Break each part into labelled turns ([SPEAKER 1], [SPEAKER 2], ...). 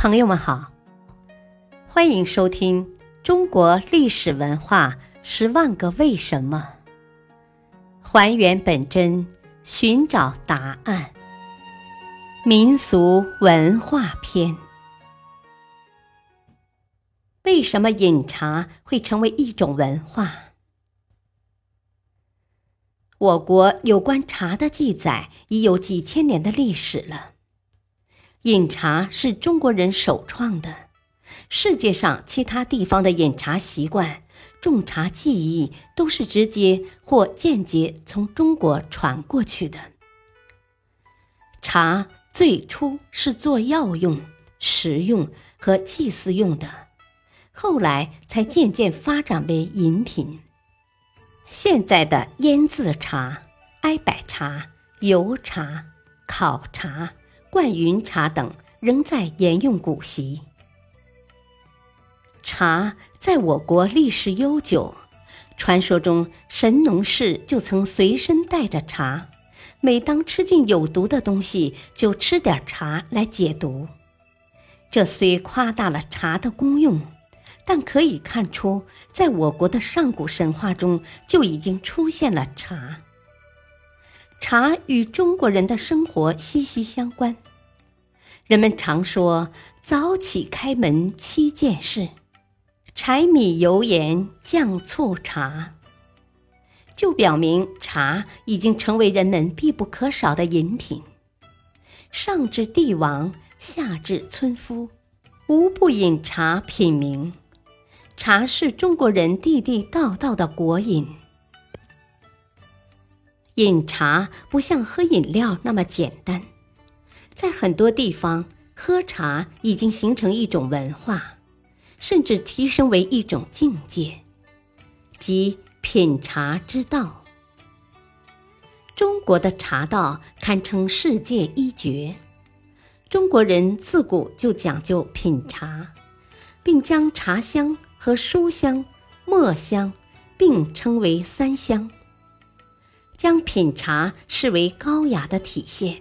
[SPEAKER 1] 朋友们好，欢迎收听《中国历史文化10万个为什么》，还原本真，寻找答案。民俗文化篇。为什么饮茶会成为一种文化？我国有关茶的记载已有几千年的历史了。饮茶是中国人首创的，世界上其他地方的饮茶习惯、种茶技艺都是直接或间接从中国传过去的。茶最初是做药用、食用和祭祀用的，后来才渐渐发展为饮品。现在的腌渍茶、艾柏茶、油茶、烤茶、灌云茶等仍在沿用古习。茶在我国历史悠久，传说中神农氏就曾随身带着茶，每当吃进有毒的东西，就吃点茶来解毒。这虽夸大了茶的功用，但可以看出，在我国的上古神话中就已经出现了茶。茶与中国人的生活息息相关。人们常说早起开门7件事，柴米油盐酱醋茶，就表明茶已经成为人们必不可少的饮品。上至帝王，下至村夫，无不饮茶品茗。茶是中国人地地道道的国饮。饮茶不像喝饮料那么简单，在很多地方，喝茶已经形成一种文化，甚至提升为一种境界，即品茶之道。中国的茶道堪称世界一绝。中国人自古就讲究品茶，并将茶香和书香、墨香并称为3香，将品茶视为高雅的体现。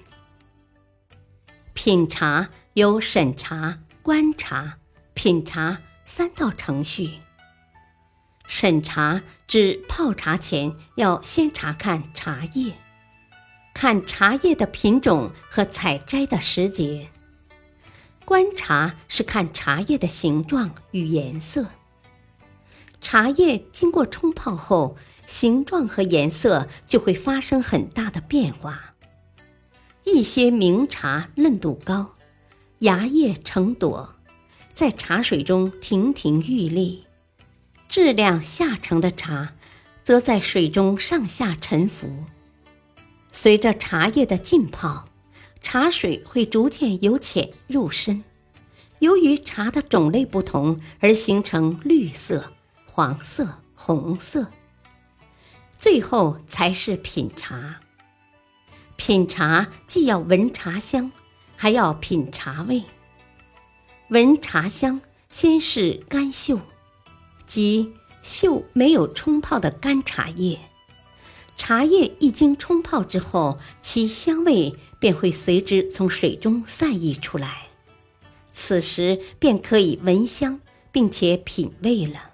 [SPEAKER 1] 品茶有审茶、观察、品茶3道程序。审茶指泡茶前要先查看茶叶，看茶叶的品种和采摘的时节。观察是看茶叶的形状与颜色。茶叶经过冲泡后，形状和颜色就会发生很大的变化。一些名茶嫩度高，芽叶成朵，在茶水中亭亭玉立；质量下乘的茶，则在水中上下沉浮。随着茶叶的浸泡，茶水会逐渐由浅入深，由于茶的种类不同而形成绿色、黄色、红色，最后才是品茶。品茶既要闻茶香，还要品茶味。闻茶香，先是干嗅，即嗅没有冲泡的干茶叶。茶叶一经冲泡之后，其香味便会随之从水中散溢出来，此时便可以闻香并且品味了。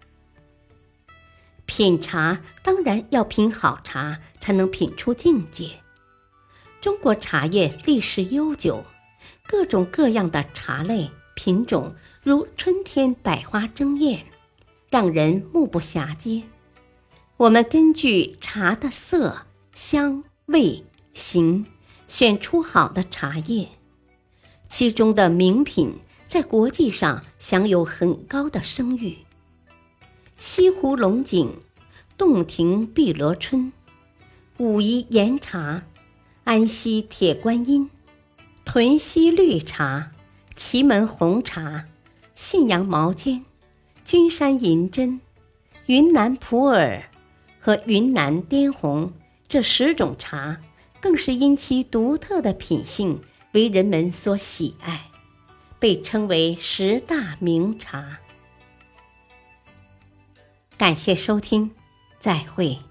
[SPEAKER 1] 品茶当然要品好茶，才能品出境界。中国茶叶历史悠久，各种各样的茶类品种如春天百花争艳，让人目不暇接。我们根据茶的色、香、味、形，选出好的茶叶。其中的名品在国际上享有很高的声誉。西湖龙井、洞庭碧螺春、武夷岩茶、安溪铁观音、屯溪绿茶、祁门红茶、信阳毛尖、君山银针、云南普洱和云南滇红这10种茶，更是因其独特的品性为人们所喜爱，被称为10大名茶。感谢收听，再会。